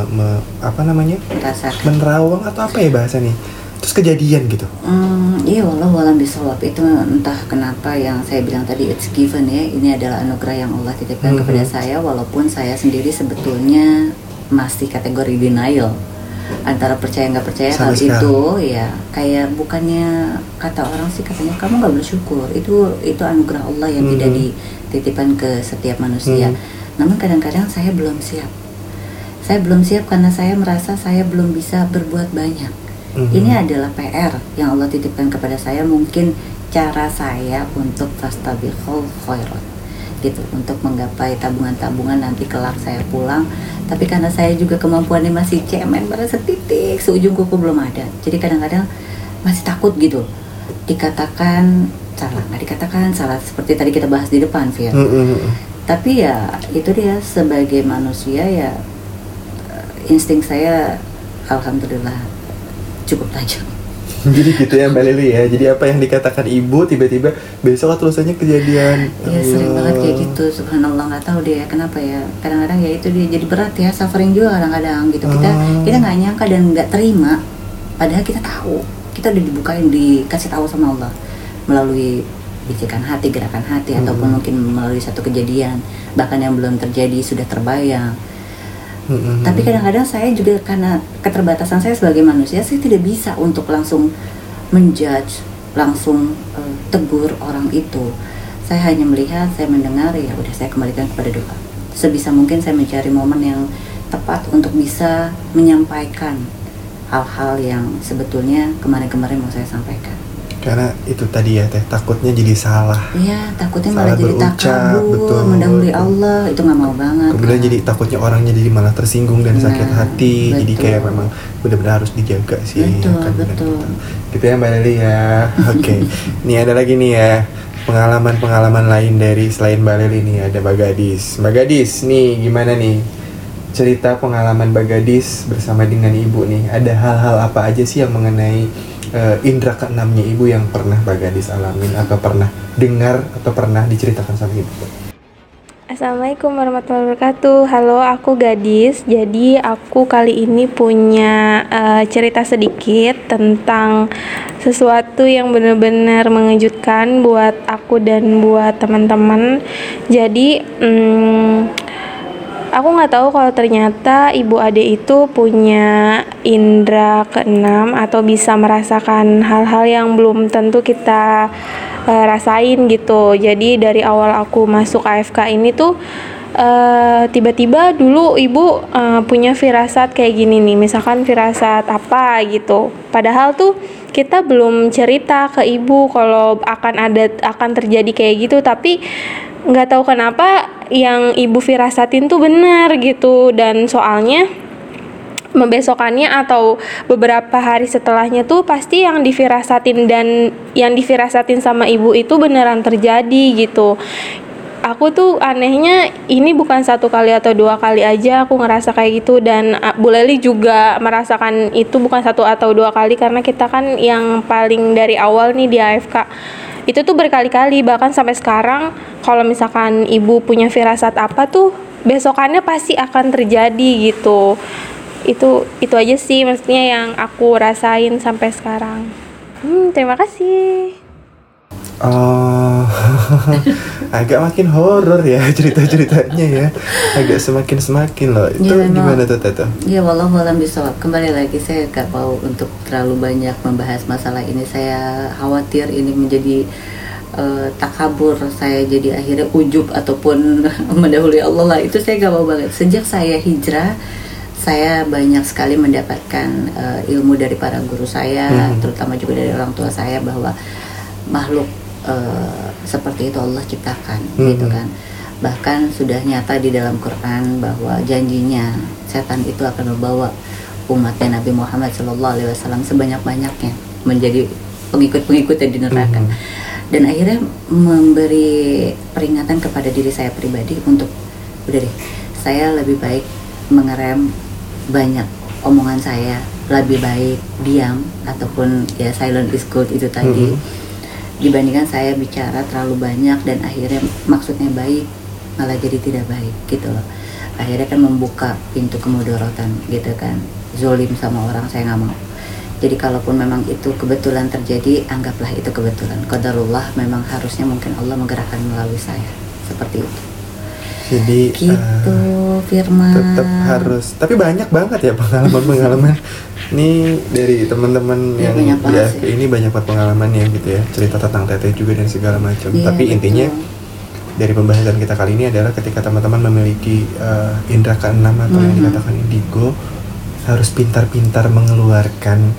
menerawang atau apa ya bahasa nih, terus kejadian gitu. Iya, wallahualam bisawab. Itu entah kenapa yang saya bilang tadi, it's given ya, ini adalah anugerah yang Allah titipkan kepada saya, walaupun saya sendiri sebetulnya masih kategori denial antara percaya nggak percaya hal itu ya. Kayak bukannya kata orang sih katanya kamu nggak bersyukur, itu anugerah Allah yang tidak dititipkan ke setiap manusia. Namun kadang-kadang saya belum siap. Saya belum siap karena saya merasa saya belum bisa berbuat banyak. Ini adalah PR yang Allah titipkan kepada saya. Mungkin cara saya untuk fastabiqul khairat gitu, untuk menggapai tabungan-tabungan nanti kelak saya pulang. Tapi karena saya juga kemampuannya masih cemen pada setitik, seujung kuku belum ada. Jadi kadang-kadang masih takut gitu. Dikatakan salah, nggak dikatakan salah, seperti tadi kita bahas di depan, Fir. Tapi ya itu dia, sebagai manusia ya insting saya alhamdulillah cukup tajam. Jadi gitu ya Mbak Leli ya. Jadi apa yang dikatakan ibu tiba-tiba besok atau lusanya kejadian. Iya sering banget kayak gitu. Subhanallah, nggak tahu deh ya kenapa ya. Kadang-kadang ya itu dia jadi berat ya, suffering juga kadang-kadang gitu. Kita nggak nyangka dan nggak terima. Padahal kita tahu, kita udah dibukain, dikasih tahu sama Allah melalui bisikan hati, gerakan hati, ataupun mungkin melalui satu kejadian bahkan yang belum terjadi sudah terbayang. Tapi kadang-kadang saya juga karena keterbatasan saya sebagai manusia, saya tidak bisa untuk langsung menjudge, langsung tegur orang itu. Saya hanya melihat, saya mendengar, ya udah saya kembalikan kepada doa. Sebisa mungkin saya mencari momen yang tepat untuk bisa menyampaikan hal-hal yang sebetulnya kemarin-kemarin mau saya sampaikan. Karena itu tadi ya teh, takutnya jadi salah. Iya, takutnya Salah malah jadi berucap, takabur, betul. mendahului Allah, itu nggak mau banget. Kemudian kan. jadi takutnya orangnya jadi malah tersinggung dan sakit hati. Jadi betul. kayak memang benar-benar harus dijaga sih. Betul, kan, benar betul. Gitu ya Mbak Leli ya. Oke. Nih ada lagi nih ya, pengalaman-pengalaman lain dari selain Mbak Leli nih, ada Mbak Gadis. Mbak Gadis nih gimana nih cerita pengalaman Mbak Gadis bersama dengan ibu nih? Ada hal-hal apa aja sih yang mengenai indra keenamnya ibu yang pernah Mbak Gadis alamin atau pernah dengar atau pernah diceritakan sama ibu? Assalamualaikum warahmatullahi wabarakatuh. Halo, aku Gadis. Jadi aku kali ini punya cerita sedikit tentang sesuatu yang benar-benar mengejutkan buat aku dan buat teman-teman. Jadi aku nggak tahu kalau ternyata ibu ade itu punya indera keenam atau bisa merasakan hal-hal yang belum tentu kita rasain gitu. Jadi dari awal aku masuk AFK ini tuh tiba-tiba dulu ibu punya firasat kayak gini nih, misalkan firasat apa gitu. Padahal tuh kita belum cerita ke ibu kalau akan terjadi kayak gitu, tapi nggak tahu kenapa yang ibu firasatin tuh benar gitu. Dan soalnya besokannya atau beberapa hari setelahnya tuh pasti yang difirasatin dan yang difirasatin sama ibu itu beneran terjadi gitu. Aku tuh anehnya ini bukan 1 kali atau 2 kali aja aku ngerasa kayak gitu, dan Bu Leli juga merasakan itu bukan 1 atau 2 kali karena kita kan yang paling dari awal nih di AFK. Itu tuh berkali-kali, bahkan sampai sekarang kalau misalkan ibu punya firasat apa tuh besokannya pasti akan terjadi gitu. Itu aja sih maksudnya yang aku rasain sampai sekarang. Terima kasih. Oh, agak makin horor ya cerita-ceritanya ya, agak semakin loh. Itu Ya, gimana tuh Tete? Ya wallahu a'lam bishawab. Kembali lagi saya gak mau untuk terlalu banyak membahas masalah ini. Saya khawatir ini menjadi takabur, saya jadi akhirnya ujub ataupun mendahului Allah lah. Itu saya gak mau banget. Sejak saya hijrah, saya banyak sekali mendapatkan ilmu dari para guru saya, terutama juga dari orang tua saya, bahwa makhluk seperti itu Allah ciptakan, gitu kan. Bahkan sudah nyata di dalam Quran bahwa janjinya setan itu akan membawa umatnya Nabi Muhammad SAW sebanyak-banyaknya menjadi pengikut-pengikutnya di neraka. Dan akhirnya memberi peringatan kepada diri saya pribadi untuk udah deh, saya lebih baik mengerem banyak omongan saya, lebih baik diam ataupun ya silent is good itu tadi, dibandingkan saya bicara terlalu banyak dan akhirnya maksudnya baik malah jadi tidak baik gitu loh. Akhirnya kan membuka pintu kemudorotan gitu kan, zolim sama orang, saya nggak mau. Jadi kalaupun memang itu kebetulan terjadi, anggaplah itu kebetulan, qadarullah, memang harusnya mungkin Allah menggerakkan melalui saya, seperti itu. Jadi Gitu Firman. tetap harus, tapi banyak banget ya pengalaman-pengalaman ini dari teman-teman Ya, yang banyak banget di ini banyak banget pengalamannya gitu ya, cerita tentang Teteh juga dan segala macam. Iya, Tapi betul. intinya dari pembahasan kita kali ini adalah ketika teman-teman memiliki indra keenam atau yang dikatakan indigo, harus pintar-pintar mengeluarkan,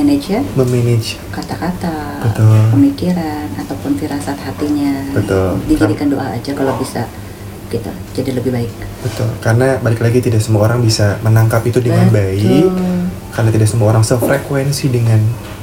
memanage kata-kata, Betul. pemikiran ataupun firasat hatinya. Betul. Dijadikan doa aja kalau bisa gitu, jadi lebih baik. betul, karena balik lagi tidak semua orang bisa menangkap itu dengan baik, karena tidak semua orang sefrekuensi dengan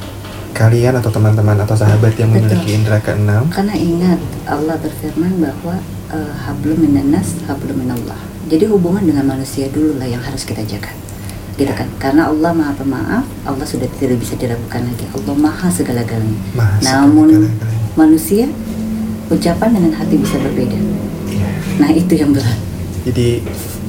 kalian atau teman-teman atau sahabat yang memiliki indra keenam. Karena ingat Allah berfirman bahwa hablum minannas hablum minallah. Jadi hubungan dengan manusia dulu lah yang harus kita jaga, gitu kan? Karena Allah Maha Pemaaf, Allah sudah tidak bisa diragukan lagi. Allah Maha segala-galanya. Namun manusia, ucapan dengan hati bisa berbeda. Nah itu yang berat. Jadi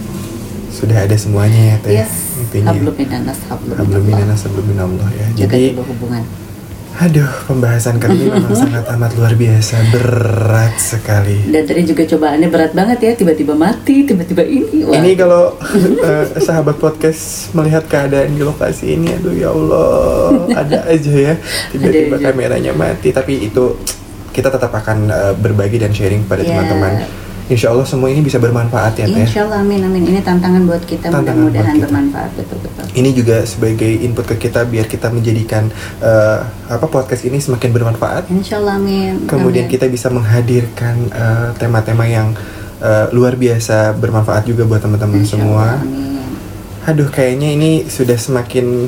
sudah ada semuanya ya Teh. Yes. Intinya Hablum minannas hablum hablum minallah. minannas hablum minallah ya. Jaga Jadi dulu hubungan. aduh, pembahasan kali ini memang sangat amat luar biasa, berat sekali. Dan tadi juga cobaannya berat banget ya, tiba-tiba mati, tiba-tiba ini. Wah. Ini kalau sahabat podcast melihat keadaan di lokasi ini, aduh ya Allah, ada aja ya tiba-tiba Ada aja. kameranya mati. Tapi itu kita tetap akan berbagi dan sharing pada Ya, teman-teman insya Allah semua ini bisa bermanfaat ya Teh. Insya Allah, amin amin. Ini tantangan buat kita, mudah-mudahan bermanfaat, betul. Ini juga sebagai input ke kita biar kita menjadikan podcast ini semakin bermanfaat. Insya Allah, amin. Kemudian kita bisa menghadirkan tema-tema yang luar biasa bermanfaat juga buat teman-teman semua. Amin. Aduh, kayaknya ini sudah semakin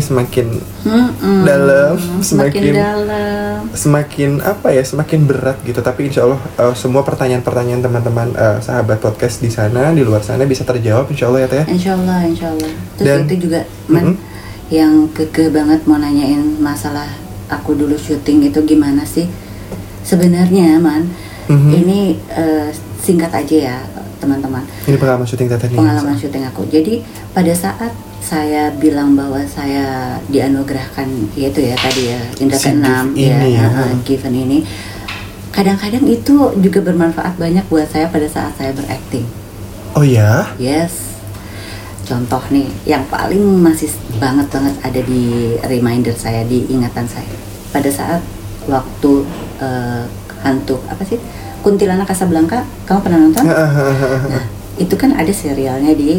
dalam, semakin semakin berat gitu. Tapi insya Allah semua pertanyaan-pertanyaan teman-teman sahabat podcast di sana, di luar sana bisa terjawab insya Allah ya Teh. Insya Allah. Terus itu juga yang kekeh banget mau nanyain masalah aku dulu syuting itu gimana sih sebenarnya Man. Ini singkat aja ya teman-teman. Ini pengalaman syuting Teteh nih. Pengalaman syuting aku. Jadi pada saat saya bilang bahwa saya dianugerahkan yaitu ya tadi ya Indra ke-6 given ini, kadang-kadang itu juga bermanfaat banyak buat saya pada saat saya berakting. Oh ya? Yes. Contoh nih, yang paling masih banget ada di reminder saya, di ingatan saya. Pada saat waktu hantu apa sih? Kuntilanak Casablanca, kamu pernah nonton? Nah, itu kan ada serialnya di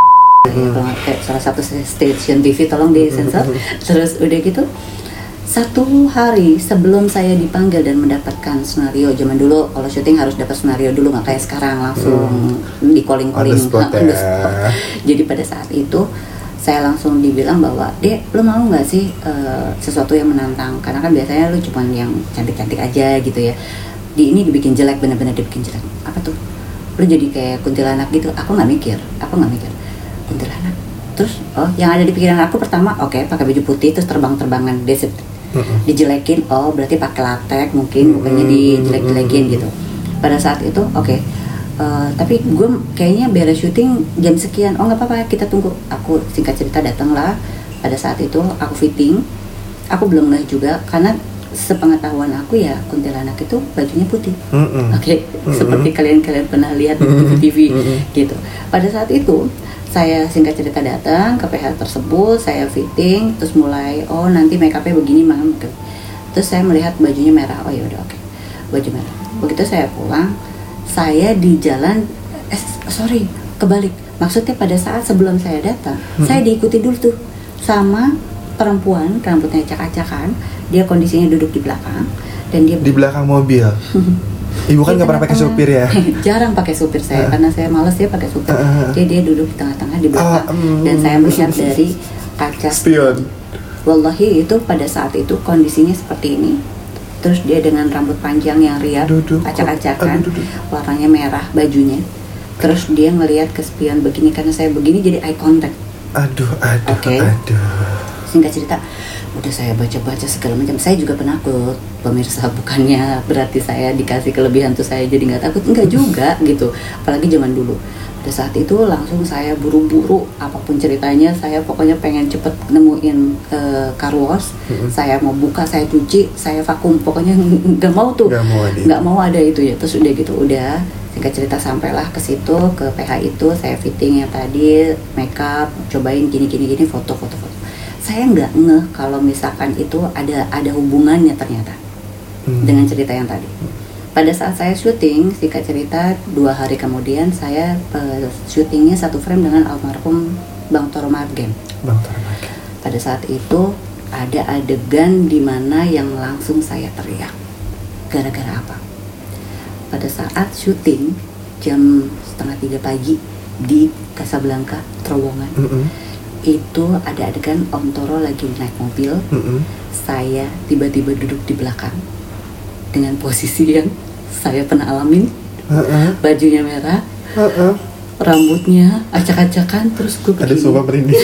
salah satu stasiun TV, tolong disensor. Terus udah gitu, satu hari sebelum saya dipanggil dan mendapatkan skenario, zaman dulu kalau syuting harus dapat skenario dulu, nggak kayak sekarang langsung di calling on the spot. Jadi pada saat itu saya langsung dibilang bahwa, Dek, lo mau nggak sih sesuatu yang menantang? Karena kan biasanya lo cuma yang cantik-cantik aja gitu ya. Di ini dibikin jelek, benar-benar dibikin jelek. Apa tuh? Lo jadi kayak kuntilanak gitu. Aku nggak mikir kuntilanak. Terus yang ada di pikiran aku pertama, pakai baju putih terus terbang-terbangan, dijelekin. Berarti pakai latex mungkin, mukanya dijelek-jelekin gitu. Pada saat itu tapi gue kayaknya beres syuting jam sekian. Nggak apa-apa, kita tunggu. Aku singkat cerita datanglah. Pada saat itu aku fitting. Aku belum ngeh juga karena sepengetahuan aku ya kuntilanak itu bajunya putih. Seperti kalian pernah lihat di TV gitu. Pada saat itu saya singkat cerita datang ke PH tersebut, saya fitting, terus mulai nanti make upnya begini Mam. Terus saya melihat bajunya merah. Ya udah oke. Baju merah. Begitu saya pulang, saya di jalan kebalik. Maksudnya pada saat sebelum saya datang, saya diikuti dulu tuh sama perempuan rambutnya acak-acakan. Dia kondisinya duduk di belakang dan dia di belakang mobil. Ibu kan nggak pernah pakai supir ya? Jarang pakai supir saya karena saya malas ya pakai supir. Jadi dia duduk di tengah-tengah di belakang dan saya melihat dari kaca spion. Wallahi itu pada saat itu kondisinya seperti ini. Terus dia dengan rambut panjang yang riap, acak-acakan, warnanya merah bajunya. Terus dia ngelihat ke spion begini, karena saya begini jadi eye contact. Aduh. Singkat cerita, udah saya baca-baca segala macam. Saya juga penakut, pemirsa, bukannya berarti saya dikasih kelebihan tuh saya jadi nggak takut, enggak juga gitu. Apalagi zaman dulu. Pada saat itu langsung saya buru-buru, apapun ceritanya saya pokoknya pengen cepet nemuin car wash. Saya mau buka, saya cuci, saya vakum, pokoknya nggak mau ada itu ya. Terus udah gitu, singkat cerita sampailah ke situ, ke PH itu, saya fitting yang tadi, makeup, cobain gini, foto. Saya nggak ngeh kalau misalkan itu ada hubungannya ternyata dengan cerita yang tadi. Pada saat saya syuting, singkat cerita 2 hari kemudian saya syutingnya satu frame dengan almarhum Bang Toro Margen. Pada saat itu ada adegan di mana yang langsung saya teriak. Gara-gara apa? Pada saat syuting jam 2:30 pagi di Casablanca, Terowongan. Itu ada adegan Om Toro lagi naik mobil. Saya tiba-tiba duduk di belakang dengan posisi yang saya pernah alamin. Bajunya merah, rambutnya acak-acakan, terus gue begini. Ada suara merinding.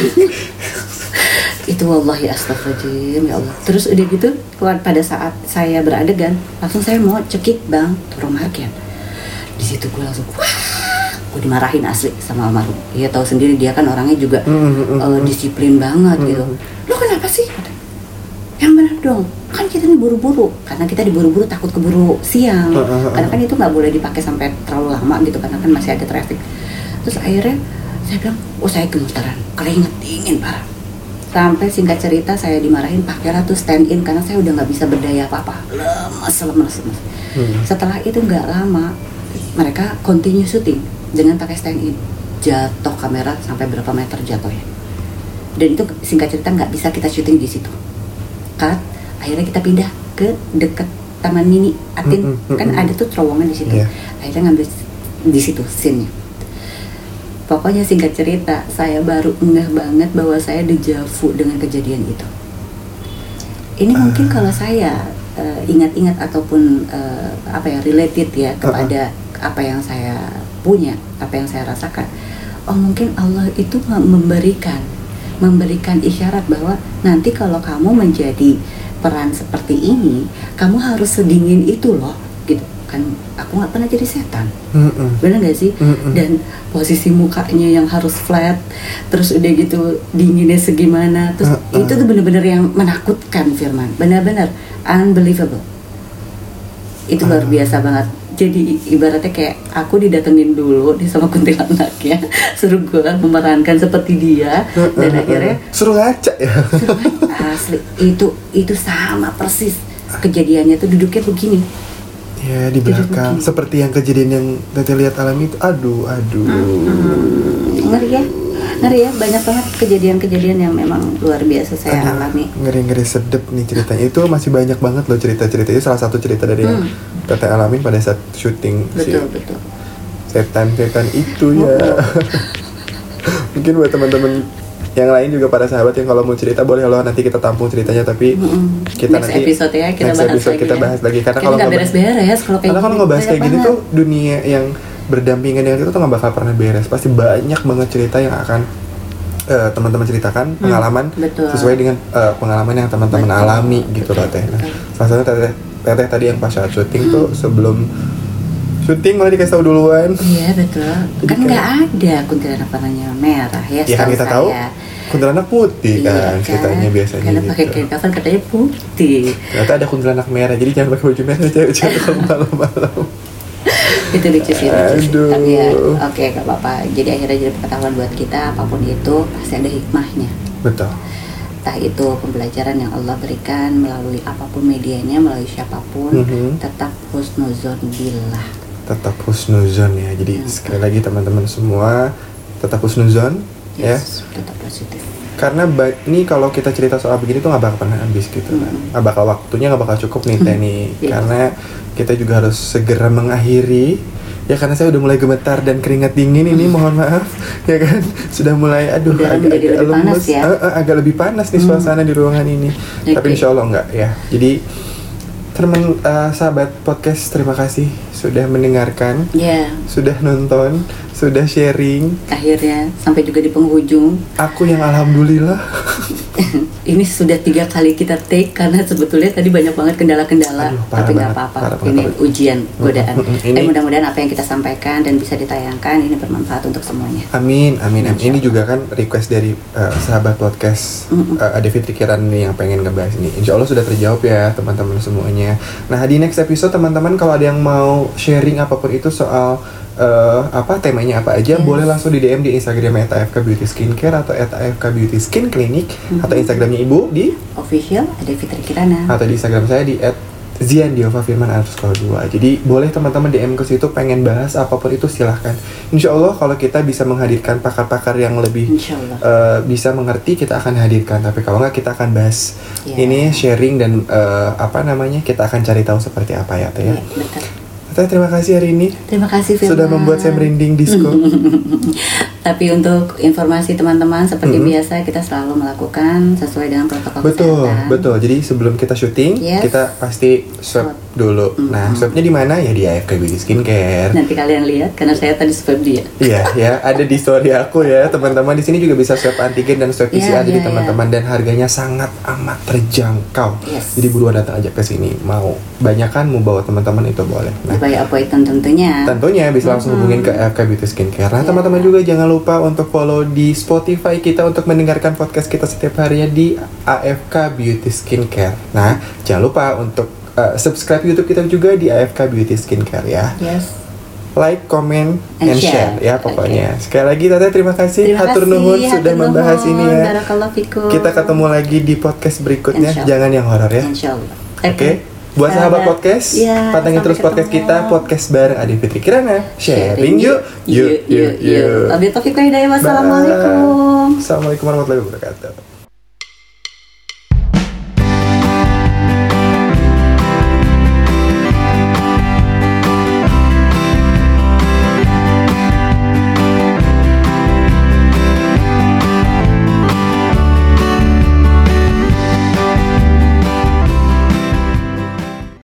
Itu wallahi astagfirullahaladzim, ya Allah. Terus udah gitu, pada saat saya beradegan, langsung saya mau cekik Bang Toro Margen. Di situ gue langsung gue dimarahin asli sama almarhum. Iya tahu sendiri dia kan orangnya juga disiplin banget gitu. Lo kenapa sih? Yang benar dong, kan kita nih buru-buru. Karena kita diburu-buru takut keburu siang. Karena kan itu nggak boleh dipakai sampai terlalu lama gitu, karena kan masih ada traffic. Terus akhirnya saya bilang, saya gemetaran, keringet dingin parah. Sampai singkat cerita saya dimarahin, pakailah tuh stand in karena saya udah nggak bisa berdaya apa-apa, lemes. Setelah itu nggak lama, mereka continue syuting dengan pakai stand in. Jatuh kamera sampai berapa meter jatuhnya. Dan itu singkat cerita nggak bisa kita syuting di situ. Cut, akhirnya kita pindah ke dekat Taman Mini Atin, kan ada tuh terowongan di situ. Akhirnya ngambil di situ scene-nya. Pokoknya singkat cerita, saya baru ngeh banget bahwa saya dejavu dengan kejadian itu. Ini mungkin kalau saya ingat-ingat ataupun related ya kepada apa yang saya punya, apa yang saya rasakan. Oh mungkin Allah itu memberikan isyarat bahwa nanti kalau kamu menjadi peran seperti ini, kamu harus sedingin itu loh, gitu kan. Aku nggak pernah jadi setan, bener nggak sih? Dan posisi mukanya yang harus flat, terus udah gitu dinginnya segimana, terus itu tuh bener-bener yang menakutkan, Firman, bener-bener unbelievable. Itu luar biasa banget. Jadi ibaratnya kayak aku didatengin dulu nih sama kuntilanak ya, suruh gue memerankan seperti dia, dan akhirnya suruh ngaca ya. Asli itu sama persis kejadiannya tuh, duduknya begini. Ya di belakang seperti yang kejadian yang Tete lihat alami itu. Aduh. Ngeri ya, banyak banget kejadian-kejadian yang memang luar biasa saya alami. Ngeri sedep nih ceritanya. Itu masih banyak banget loh cerita-cerita. Itu salah satu cerita dari yang Tete alamin pada saat syuting. Betul. Setan itu ya. Mungkin buat teman-teman yang lain juga, para sahabat yang kalau mau cerita boleh loh, nanti kita tampung ceritanya, tapi kita next nanti episode ya kita bahas lagi karena kalau nggak beres-beres kalau ngebahas kayak gini tuh dunia yang berdampingan dengan itu tuh nggak bakal pernah beres. Pasti banyak banget cerita yang akan teman-teman ceritakan, pengalaman sesuai dengan pengalaman yang teman-teman alami gitu loh Teh. Nah, salah satu Teteh tadi yang pas saat syuting tuh, sebelum syuting malah dikasih tahu duluan. Iya betul. Kan nggak ada kuntilanak warnanya merah ya. Ya kan kita tahu kuntilanak putih kan ceritanya biasanya. Karena gitu. Pakai kain kafan katanya putih. Ternyata ada kuntilanak merah, jadi jangan pakai baju merah cewek-cewek kalau malam-malam. Itu lucu sih. Tapi ya oke, gak apa-apa. Jadi akhirnya jadi pengetahuan buat kita, apapun itu pasti ada hikmahnya. Betul. Entah itu pembelajaran yang Allah berikan melalui apapun medianya, melalui siapapun, tetap husnuzon billah. Tetap husnuzon ya. Jadi sekali lagi teman-teman semua tetap husnuzon ya. Tetap positif. Karena ini kalau kita cerita soal begini tuh nggak bakal pernah habis gitu kan. Nggak bakal waktunya nggak bakal cukup nih Teh nih. Karena kita juga harus segera mengakhiri. Ya karena saya udah mulai gemetar dan keringat dingin ini, mohon maaf ya kan, sudah mulai agak lemes ya? Agak lebih panas nih suasana di ruangan ini. Tapi insya Allah enggak ya. Jadi teman sahabat podcast, terima kasih sudah mendengarkan, sudah nonton, sudah sharing. Akhirnya sampai juga di penghujung. Aku yang alhamdulillah. Ini sudah 3 kali kita take karena sebetulnya tadi banyak banget kendala-kendala. Tapi nggak apa-apa. Ini ujian, godaan. Mudah-mudahan apa yang kita sampaikan dan bisa ditayangkan ini bermanfaat untuk semuanya. Amin. Ini juga kan request dari sahabat podcast Ade Fitri Kirani yang pengen ngebahas ini. Insya Allah sudah terjawab ya teman-teman semuanya. Nah di next episode teman-teman kalau ada yang mau sharing apapun itu soal temanya apa aja, boleh langsung di DM di Instagram @afk Beauty Skincare atau @afk Beauty Skin Clinic, atau Instagramnya Ibu di official Ade Fitri Kirana, atau di Instagram saya di @ziandiova_firman_2. Jadi boleh teman-teman DM ke situ pengen bahas apapun itu, silahkan. Insya Allah kalau kita bisa menghadirkan pakar-pakar yang lebih bisa mengerti, kita akan hadirkan. Tapi kalau nggak, kita akan bahas ini sharing dan kita akan cari tahu seperti apa ya Teh ya. Terima kasih hari ini. Terima kasih Firman. Sudah membuat saya merinding disco. Tapi untuk informasi teman-teman, seperti biasa kita selalu melakukan sesuai dengan protokol kesehatan. Betul. Jadi sebelum kita syuting, kita pasti swab dulu. Nah, swabnya di mana? Ya di AFK Beauty Skincare. Nanti kalian lihat karena saya tadi swab dia. Iya, ada di story aku ya, teman-teman. Di sini juga bisa swab antigen dan swab PCR jadi teman-teman, dan harganya sangat amat terjangkau. Jadi buruan datang aja ke sini. Mau banyakan mau bawa teman-teman itu boleh. Nah, by appointment tentunya bisa langsung hubungin ke AFK Beauty Skincare. Nah, teman-teman juga jangan lupa untuk follow di Spotify kita untuk mendengarkan podcast kita setiap harinya di AFK Beauty Skincare. Nah, jangan lupa untuk subscribe YouTube kita juga di AFK Beauty Skincare ya. Like, comment, and share ya pokoknya. Sekali lagi Tete terima kasih. Hatur nuhun sudah membahas ini ya. Kita ketemu lagi di podcast berikutnya. Jangan yang horor ya. Oke. Buat sahabat podcast, ya, pantengin terus podcast kita, podcast bareng Ade Fitri Kirana. Sharing yuk. Wabillahi taufiq wal hidayah. Wassalamualaikum. Assalamualaikum warahmatullahi wabarakatuh.